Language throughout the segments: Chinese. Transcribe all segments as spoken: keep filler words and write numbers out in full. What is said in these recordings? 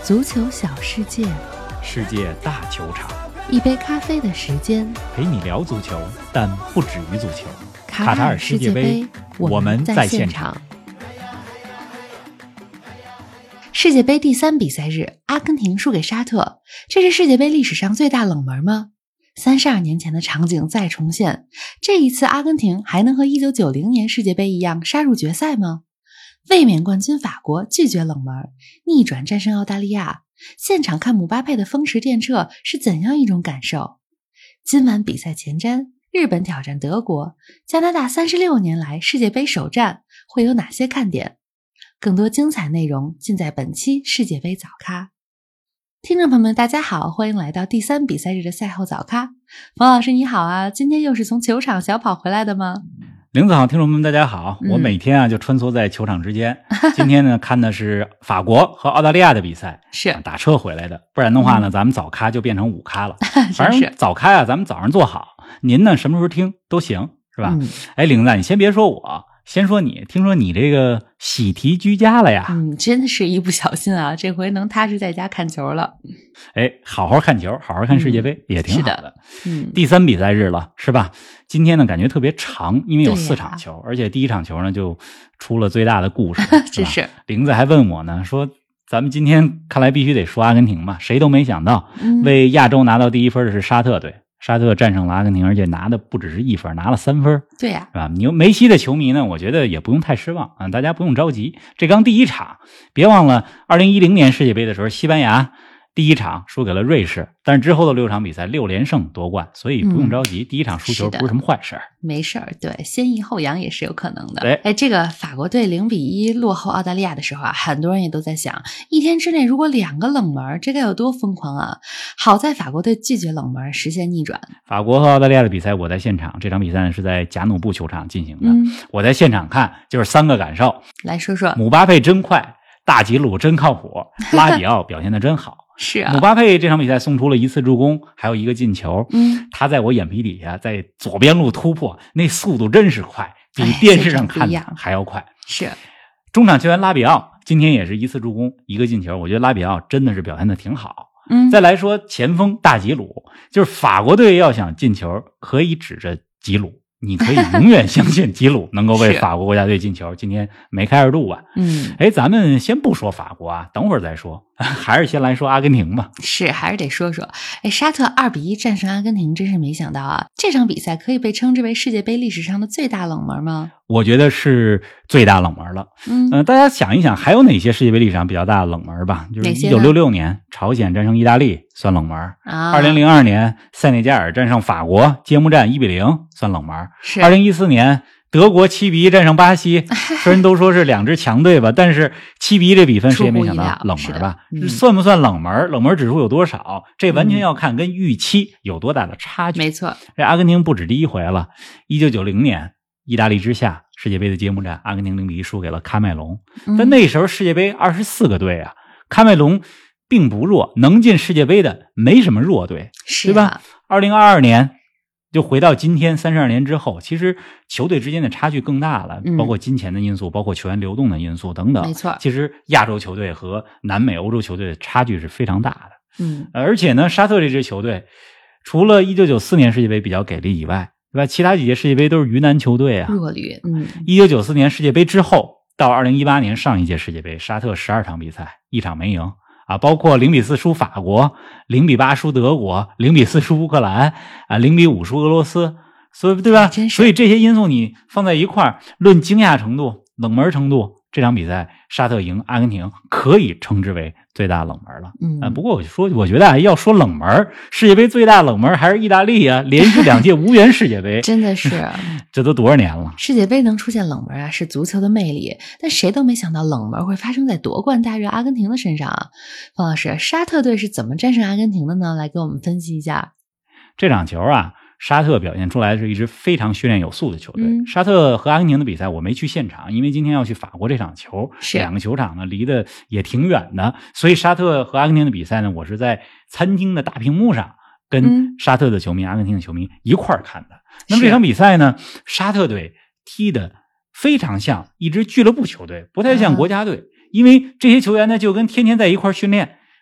足球小世界， 世界大球场， 一杯咖啡的时间， 陪你聊足球，但不止于足球。 卡塔尔世界杯，我们在现场。世界杯第三比赛日，阿根廷输给沙特，这是世界杯历史上最大冷门吗？三十二年前的场景再重现，这一次阿根廷还能和一九九零年世界杯一样杀入决赛吗？卫冕冠军法国拒绝冷门，逆转战胜澳大利亚。现场看姆巴佩的风驰电掣是怎样一种感受？今晚比赛前瞻，日本挑战德国，加拿大三十六年来世界杯首战会有哪些看点？更多精彩内容尽在本期世界杯早咖。听众朋友们大家好，欢迎来到第三比赛日的赛后早咖。冯老师你好啊，今天又是从球场小跑回来的吗？ 林子好，听众们大家好、嗯、我每天啊就穿梭在球场之间。今天呢看的是法国和澳大利亚的比赛， 是、 啊、打车回来的，不然的话呢、嗯、咱们早咖就变成午咖了。反正早咖啊咱们早上做好，您呢什么时候听都行，是吧？嗯、哎，林子你先别说我，先说你，听说你这个喜提居家了呀？ 嗯，真的是一不小心啊，这回能踏实在家看球了。 哎，好好看球，好好看世界杯、嗯、也挺好的。 是的，嗯， 第三比赛日了，是吧？今天呢感觉特别长，因为有四场球，而且第一场球呢就出了最大的故事。 这是玲子还问我呢，说咱们今天看来必须得说阿根廷嘛，谁都没想到，嗯、为亚洲拿到第一分的是沙特队。沙特战胜了阿根廷，而且拿的不只是一分，拿了三分。 对呀、 啊，是吧？你梅西的球迷呢，我觉得也不用太失望啊，大家不用着急。这刚第一场，别忘了二零一零年世界杯的时候，西班牙第一场输给了瑞士，但是之后的六场比赛六连胜夺冠，所以不用着急。嗯、第一场输球不是什么坏事儿， 没事儿。对，先抑后扬也是有可能的。 对， 哎，这个法国队零比一落后澳大利亚的时候啊，很多人也都在想，一天之内如果两个冷门，这该有多疯狂啊！好在法国队拒绝冷门，实现逆转。 法国和澳大利亚的比赛，我在现场，这场比赛呢是在贾努布球场进行的。 嗯、 我在现场看，就是三个感受。 来说说， 姆巴佩真快，大吉鲁真靠谱，拉比奥表现得真好。 是啊， 姆巴佩这场比赛送出了一次助攻，还有一个进球。 嗯， 他在我眼皮底下，在左边路突破，那速度真是快，比电视上看的还要快。 是， 中场球员拉比奥今天也是一次助攻，一个进球，我觉得拉比奥真的是表现得挺好。 嗯， 再来说前锋大吉鲁，就是法国队要想进球，可以指着吉鲁。你可以永远相信吉鲁能够为法国国家队进球，今天梅开二度啊。 嗯， 哎，咱们先不说法国啊，等会儿再说，还是先来说阿根廷吧。 是，还是得说说。哎，沙特二比一战胜阿根廷，真是没想到啊！这场比赛可以被称之为世界杯历史上的最大冷门吗？ 我觉得是最大冷门了。 嗯、 呃，大家想一想，还有哪些世界杯历史上比较大的冷门吧？就是一九六六年朝鲜战胜意大利算冷门啊， 二零零二年塞内加尔战胜法国揭幕战一比零算冷门， 是二零一四年德国七比一战胜巴西，虽然都说是两支强队吧，但是七比一这比分谁也没想到冷门吧？ 嗯、 算不算冷门？冷门指数有多少？这完全要看跟预期有多大的差距。 没错， 这阿根廷不止第一回了，一九九零年意大利之下世界杯的揭幕战，阿根廷零比一输给了喀麦隆。 嗯、 但那时候世界杯二十四个队啊，喀麦隆并不弱，能进世界杯的没什么弱队， 是、啊、 对吧？二零二二年就回到今天三十二年之后，其实球队之间的差距更大了， 嗯、 包括金钱的因素，包括球员流动的因素等等。 没错， 其实亚洲球队和南美、欧洲球队的差距是非常大的。 嗯， 而且呢，沙特这支球队除了一九九四年世界杯比较给力以外，对吧？其他几届世界杯都是鱼腩球队啊， 弱旅。嗯， 一九九四年世界杯之后到二零一八年上一届世界杯，沙特十二场比赛一场没赢啊，包括零比四输法国，零比八输德国，零比四输乌克兰啊，零比五输俄罗斯，所以对吧？所以这些因素你放在一块儿，论惊讶程度、冷门程度，这场比赛沙特赢阿根廷可以称之为最大冷门了。 嗯、 啊，不过我说我觉得啊，要说冷门，世界杯最大冷门还是意大利啊，连续两届无缘世界杯， 真的是这都多少年了？ 世界杯能出现冷门啊，是足球的魅力，但谁都没想到冷门会发生在夺冠大热阿根廷的身上啊。方老师，沙特队是怎么战胜阿根廷的呢？来给我们分析一下。 这场球啊，沙特表现出来的是一支非常训练有素的球队。 嗯、 沙特和阿根廷的比赛我没去现场，因为今天要去法国这场球， 是两个球场呢离得也挺远的，所以沙特和阿根廷的比赛呢，我是在餐厅的大屏幕上跟沙特的球迷、嗯、阿根廷的球迷一块儿看的。那么这场比赛呢，沙特队踢的非常像一支俱乐部球队，不太像国家队，啊、因为这些球员呢就跟天天在一块儿训练。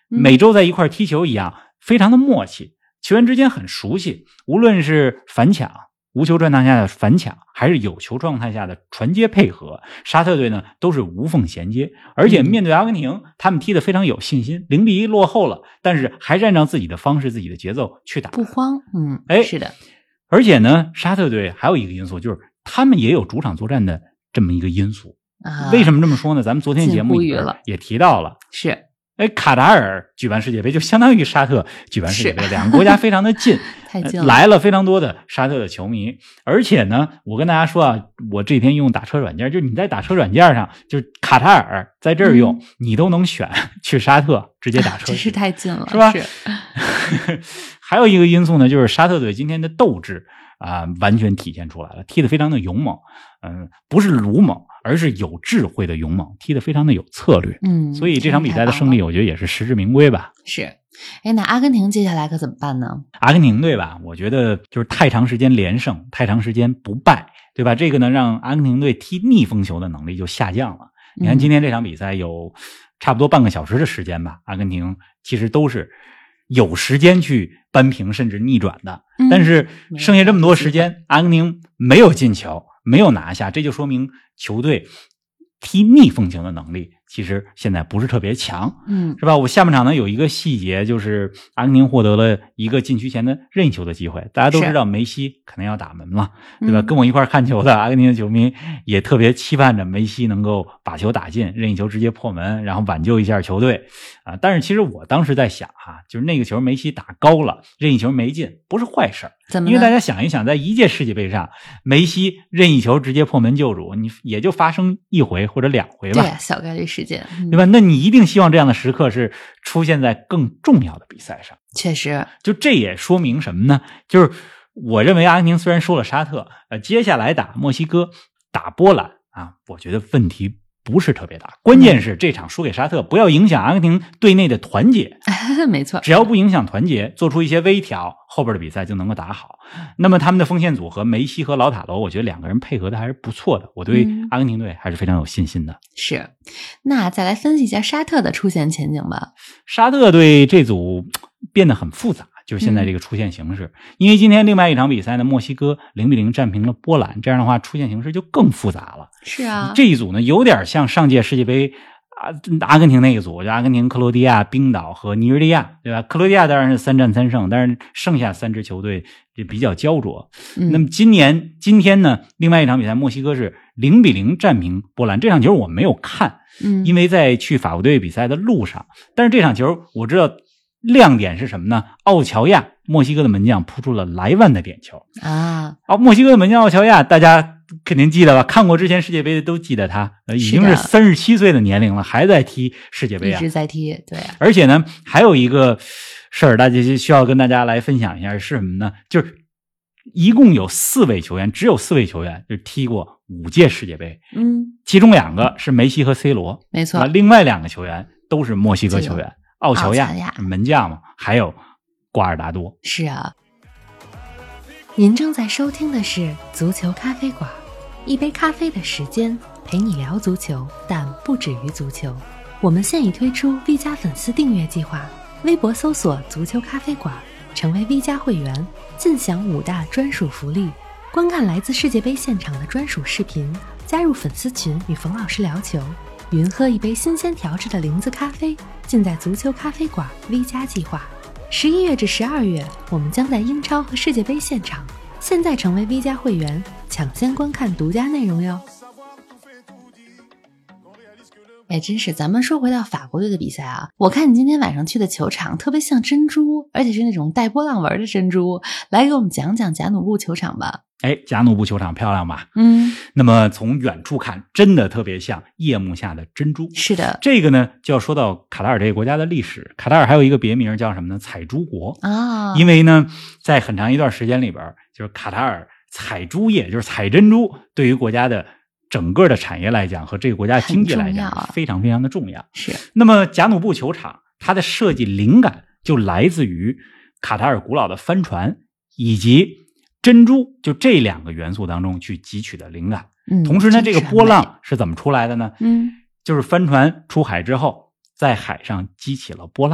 每周在一块踢球一样，非常的默契，球员之间很熟悉，无论是反抢、无球状态下的反抢，还是有球状态下的传接配合，沙特队呢都是无缝衔接。而且面对阿根廷，他们踢得非常有信心，零比一落后了，但是还是按照自己的方式、自己的节奏去打， 不慌。嗯， 哎， 是的。 而且呢，沙特队还有一个因素，就是他们也有主场作战的这么一个因素。 啊、 为什么这么说呢？咱们昨天节目里边也提到了， 是， 哎，卡塔尔举办世界杯就相当于沙特举办世界杯，两个国家非常的近， 太近了， 来了非常多的沙特的球迷。而且呢，我跟大家说啊，我这几天用打车软件，就是你在打车软件上，就是卡塔尔在这儿用，嗯、你都能选去沙特直接打车， 真是太近了， 是吧？ 是。 还有一个因素呢，就是沙特队今天的斗志啊、呃，完全体现出来了，踢得非常的勇猛，嗯、呃，不是鲁莽，而是有智慧的勇猛，踢得非常的有策略。 嗯， 所以这场比赛的胜利，我觉得也是实至名归吧。 是，哎，那阿根廷接下来可怎么办呢？ 阿根廷队吧，我觉得就是太长时间连胜，太长时间不败，对吧？这个呢，让阿根廷队踢逆风球的能力就下降了。你看今天这场比赛有差不多半个小时的时间吧，阿根廷其实都是有时间去扳平甚至逆转的， 嗯、 但是剩下这么多时间，阿根廷没有进球，没有拿下，这就说明球队踢逆风球的能力其实现在不是特别强， 嗯， 是吧？我下半场呢有一个细节，就是阿根廷获得了一个禁区前的任意球的机会。大家都知道梅西可能要打门了，对吧？ 嗯、 跟我一块看球的阿根廷的球迷也特别期盼着梅西能够把球打进，任意球直接破门，然后挽救一下球队啊。但是其实我当时在想哈、啊，就是那个球梅西打高了，任意球没进，不是坏事。 怎么？ 因为大家想一想，在一届世界杯上，梅西任意球直接破门救主，你也就发生一回或者两回吧， 对，小概率事件， 对吧？那你一定希望这样的时刻是出现在更重要的比赛上。 确实， 就这也说明什么呢？就是我认为阿根廷虽然输了沙特，呃，接下来打墨西哥、打波兰啊，我觉得问题不是特别大。关键是这场输给沙特，不要影响阿根廷队内的团结。 没错， 只要不影响团结，做出一些微调，后边的比赛就能够打好。那么他们的锋线组合梅西和劳塔罗，我觉得两个人配合的还是不错的，我对阿根廷队还是非常有信心的。 嗯、是，那再来分析一下沙特的出线前景吧。 沙特队这组变得很复杂，就是现在这个出线形势、嗯、因为今天另外一场比赛呢，墨西哥零比零战平了波兰，这样的话出线形势就更复杂了。 是啊， 这一组呢有点像上届世界杯啊，阿根廷那个组，就阿根廷、克罗地亚、冰岛和尼日利亚，对吧？克罗地亚当然是三战三胜，但是剩下三支球队就比较焦灼。 嗯、 那么今年今天呢，另外一场比赛，墨西哥是零比零战平波兰，这场球我没有看， 嗯， 因为在去法国队比赛的路上。但是这场球我知道亮点是什么呢？奥乔亚，墨西哥的门将扑出了莱万的点球啊！ 哦，墨西哥的门将奥乔亚，大家肯定记得吧？看过之前世界杯的都记得他，呃，已经是三十七岁的年龄了，还在踢世界杯啊， 一直在踢，对、啊。 而且呢，还有一个事儿，大家需要跟大家来分享一下，是什么呢？就是一共有四位球员，只有四位球员就踢过五届世界杯， 嗯， 其中两个是梅西和 C 罗， 没错， 另外两个球员都是墨西哥球员，奥乔亚门将嘛，还有瓜尔达多。 是啊。您正在收听的是足球咖啡馆，一杯咖啡的时间陪你聊足球，但不止于足球。我们现已推出 V 加粉丝订阅计划，微博搜索足球咖啡馆，成为 V 加会员，尽享五大专属福利：观看来自世界杯现场的专属视频，加入粉丝群与冯老师聊球，云喝一杯新鲜调制的零子咖啡，尽在足球咖啡馆 V 加计划。十一月至十二月，我们将在英超和世界杯现场。现在成为 V 加会员，抢先观看独家内容哟。哎，真是，咱们说回到法国队的比赛啊，我看你今天晚上去的球场特别像珍珠，而且是那种带波浪纹的珍珠，来给我们讲讲贾努布球场吧。 哎，贾努布球场漂亮吧？ 嗯， 那么从远处看，真的特别像夜幕下的珍珠。 是的， 这个呢就要说到卡塔尔这个国家的历史。卡塔尔还有一个别名叫什么呢？采珠国啊， 因为呢，在很长一段时间里边，就是卡塔尔采珠业，就是采珍珠，对于国家的整个的产业来讲和这个国家经济来讲、啊、非常非常的重要。 是。 那么贾努布球场它的设计灵感就来自于卡塔尔古老的帆船以及珍珠，就这两个元素当中去汲取的灵感。 嗯， 同时呢，这个波浪是怎么出来的呢？ 嗯， 就是帆船出海之后，在海上激起了波浪，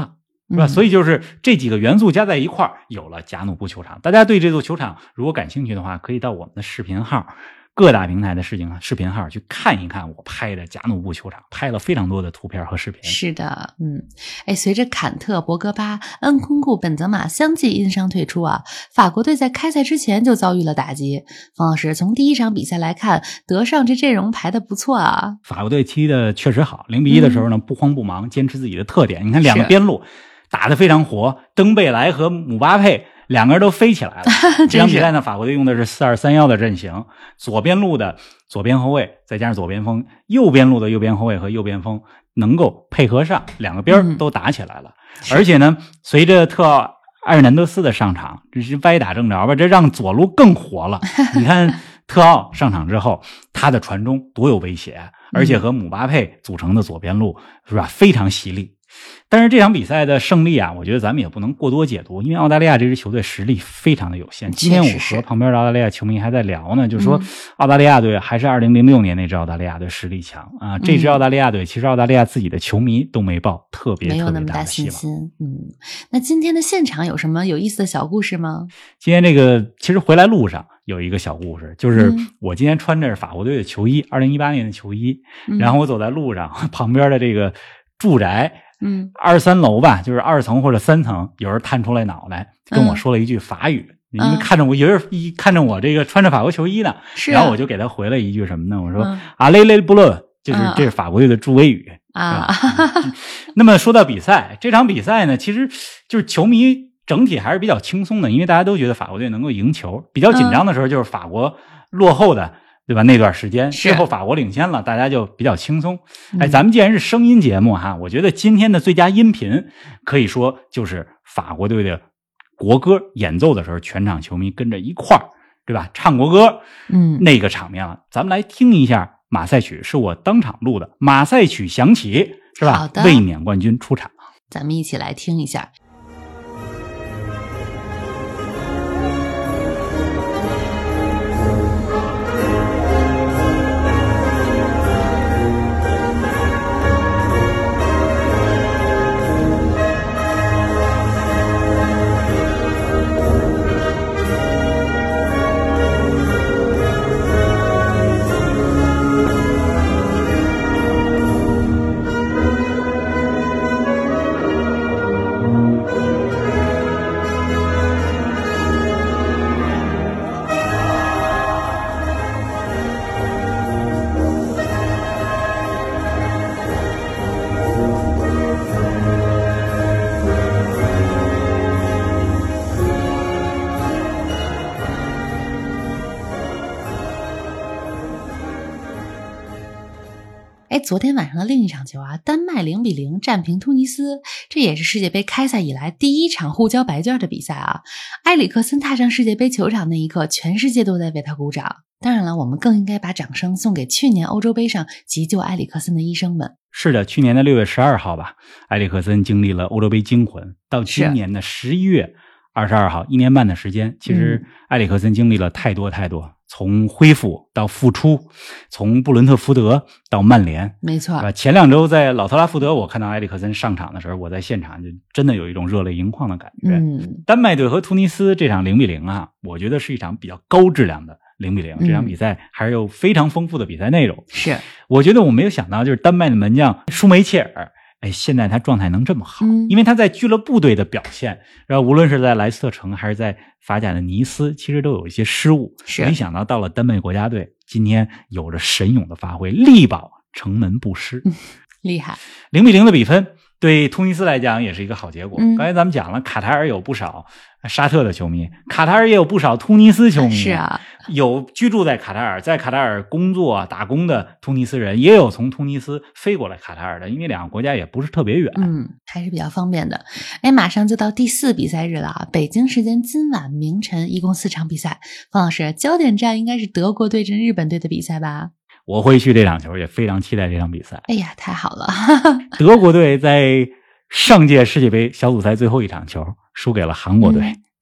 是吧？ 嗯、 所以就是这几个元素加在一块儿，有了加努布球场。大家对这座球场如果感兴趣的话，可以到我们的视频号。各大平台的视频视频号去看一看我拍的加努布球场，拍了非常多的图片和视频。 是的，嗯，哎，随着坎特、博格巴、恩昆库、本泽马相继因伤退出啊，法国队在开赛之前就遭遇了打击。方老师，从第一场比赛来看，德尚这阵容排的不错啊。 法国队踢的确实好，零比一的时候呢、嗯，不慌不忙，坚持自己的特点。你看两个边路打得非常活，登贝莱和姆巴佩。两个人都飞起来了。这场比赛呢，法国队用的是四二三一的阵型，左边路的左边后卫再加上左边锋，右边路的右边后卫和右边锋能够配合上，两个边都打起来了。嗯、而且呢，随着特奥埃尔南德斯的上场，这是歪打正着吧，这让左路更活了。你看特奥上场之后，他的传中多有威胁，而且和姆巴佩组成的左边路是吧，非常犀利。但是这场比赛的胜利啊，我觉得咱们也不能过多解读，因为澳大利亚这支球队实力非常的有限。今天我和旁边的澳大利亚球迷还在聊呢，就是说澳大利亚队还是二零零六年那支澳大利亚队实力强啊。这支澳大利亚队其实澳大利亚自己的球迷都没抱特别特别大的希望。 嗯，那今天的现场有什么有意思的小故事吗？ 今天这个其实回来路上有一个小故事，就是我今天穿着法国队的球衣，二零一八年的球衣，然后我走在路上，旁边的这个住宅。 嗯， 二十三楼吧，就是二层或者三层，有人探出来脑袋跟我说了一句法语，嗯、因为看着我，有人一看着我这个穿着法国球衣呢， 是、 啊，然后我就给他回了一句什么呢？我说、嗯、啊雷雷布勒，就是这是法国队的助威语啊。 那么说到比赛，这场比赛呢，其实就是球迷整体还是比较轻松的，因为大家都觉得法国队能够赢球。比较紧张的时候就是法国落后的。对吧？那段时间最后法国领先了，大家就比较轻松。哎，咱们既然是声音节目哈，我觉得今天的最佳音频可以说就是法国队的国歌演奏的时候，全场球迷跟着一块儿，对吧？唱国歌， 嗯， 那个场面了。咱们来听一下马赛曲，是我当场录的。马赛曲响起，是吧？ 好的， 卫冕冠军出场， 咱们一起来听一下。哎，昨天晚上的另一场球啊，丹麦零比零战平突尼斯，这也是世界杯开赛以来第一场互交白卷的比赛啊。埃里克森踏上世界杯球场那一刻，全世界都在为他鼓掌。当然了，我们更应该把掌声送给去年欧洲杯上急救埃里克森的医生们。 是的，去年的六月十二号吧，埃里克森经历了欧洲杯惊魂，到今年的十一月二十二号，一年半的时间，其实埃里克森经历了太多太多。从恢复到复出，从布伦特福德到曼联， 没错。 前两周在老特拉福德，我看到埃里克森上场的时候，我在现场就真的有一种热泪盈眶的感觉。 嗯， 丹麦队和突尼斯这场零比零啊，我觉得是一场比较高质量的零比零。这场比赛还是有非常丰富的比赛内容。 是， 我觉得我没有想到，就是丹麦的门将舒梅切尔。哎，现在他状态能这么好， 嗯、 因为他在俱乐部队的表现，然后无论是在莱斯特城还是在法甲的尼斯，其实都有一些失误。 是， 没想到到了丹麦国家队，今天有着神勇的发挥，力保城门不失， 嗯、厉害。 零比零的比分对突尼斯来讲也是一个好结果。 嗯、 刚才咱们讲了，卡塔尔有不少沙特的球迷，卡塔尔也有不少突尼斯球迷。 是啊。 有居住在卡塔尔，在卡塔尔工作打工的突尼斯人，也有从突尼斯飞过来卡塔尔的，因为两个国家也不是特别远， 嗯，还是比较方便的。哎，马上就到第四比赛日了啊！北京时间今晚凌晨，一共四场比赛。方老师，焦点战应该是德国对阵日本队的比赛吧？ 我会去这场球，也非常期待这场比赛。 哎呀，太好了！德国队在上届世界杯小组赛最后一场球输给了韩国队。 嗯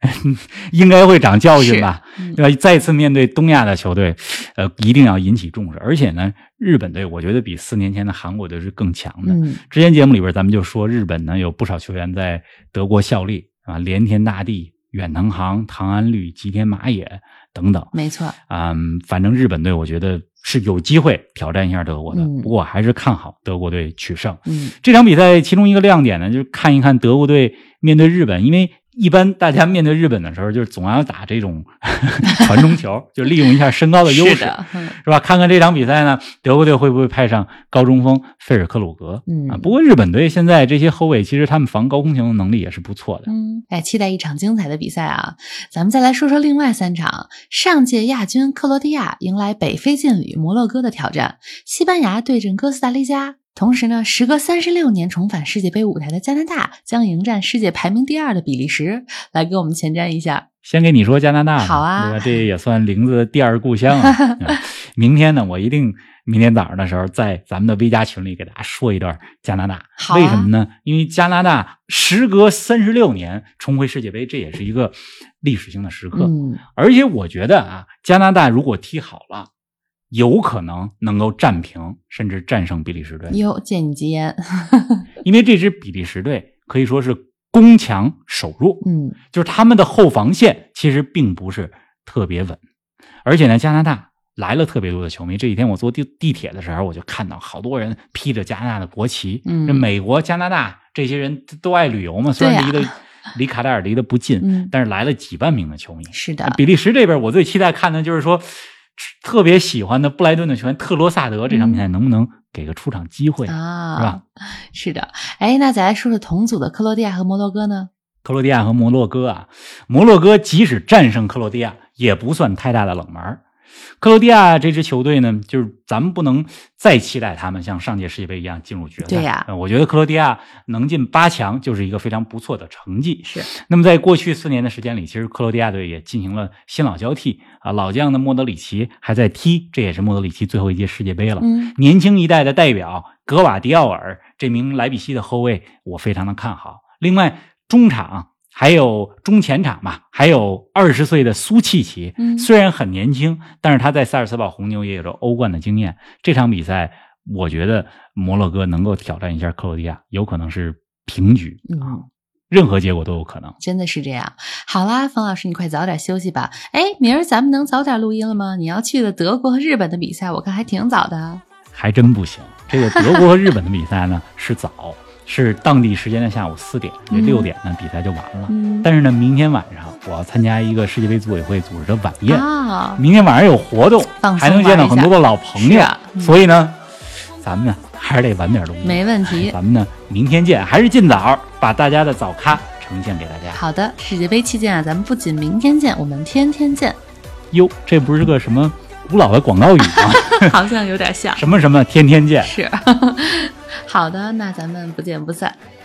应该会长教训吧？ 嗯、 对吧？再次面对东亚的球队，呃，一定要引起重视。而且呢，日本队我觉得比四年前的韩国队是更强的。 嗯， 之前节目里边咱们就说，日本呢有不少球员在德国效力啊，连田大地、远藤航、唐安绿、吉田麻也等等。 没错， 嗯，反正日本队我觉得是有机会挑战一下德国的， 嗯、 不过还是看好德国队取胜。 嗯， 这场比赛其中一个亮点呢，就是看一看德国队面对日本，因为一般大家面对日本的时候，就是总要打这种传中球，就利用一下身高的优势， 是, 嗯、 是吧？看看这场比赛呢，德国队会不会派上高中锋费尔克鲁格？ 嗯啊，不过日本队现在这些后卫其实他们防高空球的能力也是不错的。 嗯，哎，期待一场精彩的比赛啊！咱们再来说说另外三场，上届亚军克罗地亚迎来北非劲旅摩洛哥的挑战，西班牙对阵哥斯达黎加。同时呢，时隔三十六年重返世界杯舞台的加拿大将迎战世界排名第二的比利时，来给我们前瞻一下。 先给你说加拿大， 好啊， 对吧？这也算玲子的第二故乡啊。明天呢，我一定明天早上的时候在咱们的微加群里给大家说一段加拿大。 好啊， 为什么呢？因为加拿大时隔三十六年重回世界杯，这也是一个历史性的时刻。 嗯， 而且我觉得啊，加拿大如果踢好了，有可能能够战平甚至战胜比利时队。 哟，借你吉言。 因为这支比利时队可以说是攻强守弱， 嗯， 就是他们的后防线其实并不是特别稳。而且呢，加拿大来了特别多的球迷。这几天我坐地地铁的时候，我就看到好多人披着加拿大的国旗。 嗯， 这美国、加拿大这些人都爱旅游嘛，虽然离得、啊、离卡塔尔离得不近， 嗯， 但是来了几万名的球迷。 是的， 比利时这边我最期待看的就是说，特别喜欢的布莱顿的球员特罗萨德这场比赛能不能给个出场机会、 嗯、啊？ 是吧？ 是的。哎，那再来说说同组的克罗地亚和摩洛哥呢？ 克罗地亚和摩洛哥啊，摩洛哥即使战胜克罗地亚，也不算太大的冷门。克罗地亚这支球队呢，就是咱们不能再期待他们像上届世界杯一样进入决赛。 对呀、 呃，我觉得克罗地亚能进八强就是一个非常不错的成绩。 是。 那么在过去四年的时间里，其实克罗地亚队也进行了新老交替啊，老将的莫德里奇还在踢，这也是莫德里奇最后一届世界杯了。 嗯， 年轻一代的代表格瓦迪奥尔这名莱比锡的后卫，我非常的看好。另外，中场。还有中前场嘛，还有二十岁的苏契奇， 嗯， 虽然很年轻，但是他在萨尔茨堡红牛也有着欧冠的经验。这场比赛，我觉得摩洛哥能够挑战一下克罗地亚，有可能是平局， 嗯， 任何结果都有可能。 真的是这样。好啦，冯老师，你快早点休息吧。哎，明儿咱们能早点录音了吗？你要去的德国和日本的比赛，我看还挺早的。 还真不行，这个德国和日本的比赛呢是早。是当地时间的下午四点，这六点呢、嗯、比赛就完了、 嗯。 但是呢，明天晚上我要参加一个世界杯组委会组织的晚宴， 啊、 明天晚上有活动，还能见到很多的老朋友， 啊嗯、 所以呢，咱们呢还是得晚点录音。 没问题， 咱们呢明天见，还是尽早把大家的早咖呈现给大家。 好的，世界杯期间啊，咱们不仅明天见，我们天天见。 哟，这不是个什么古老的广告语吗？ 好像有点像。 什么什么天天见。 是。好的，那咱们不见不散。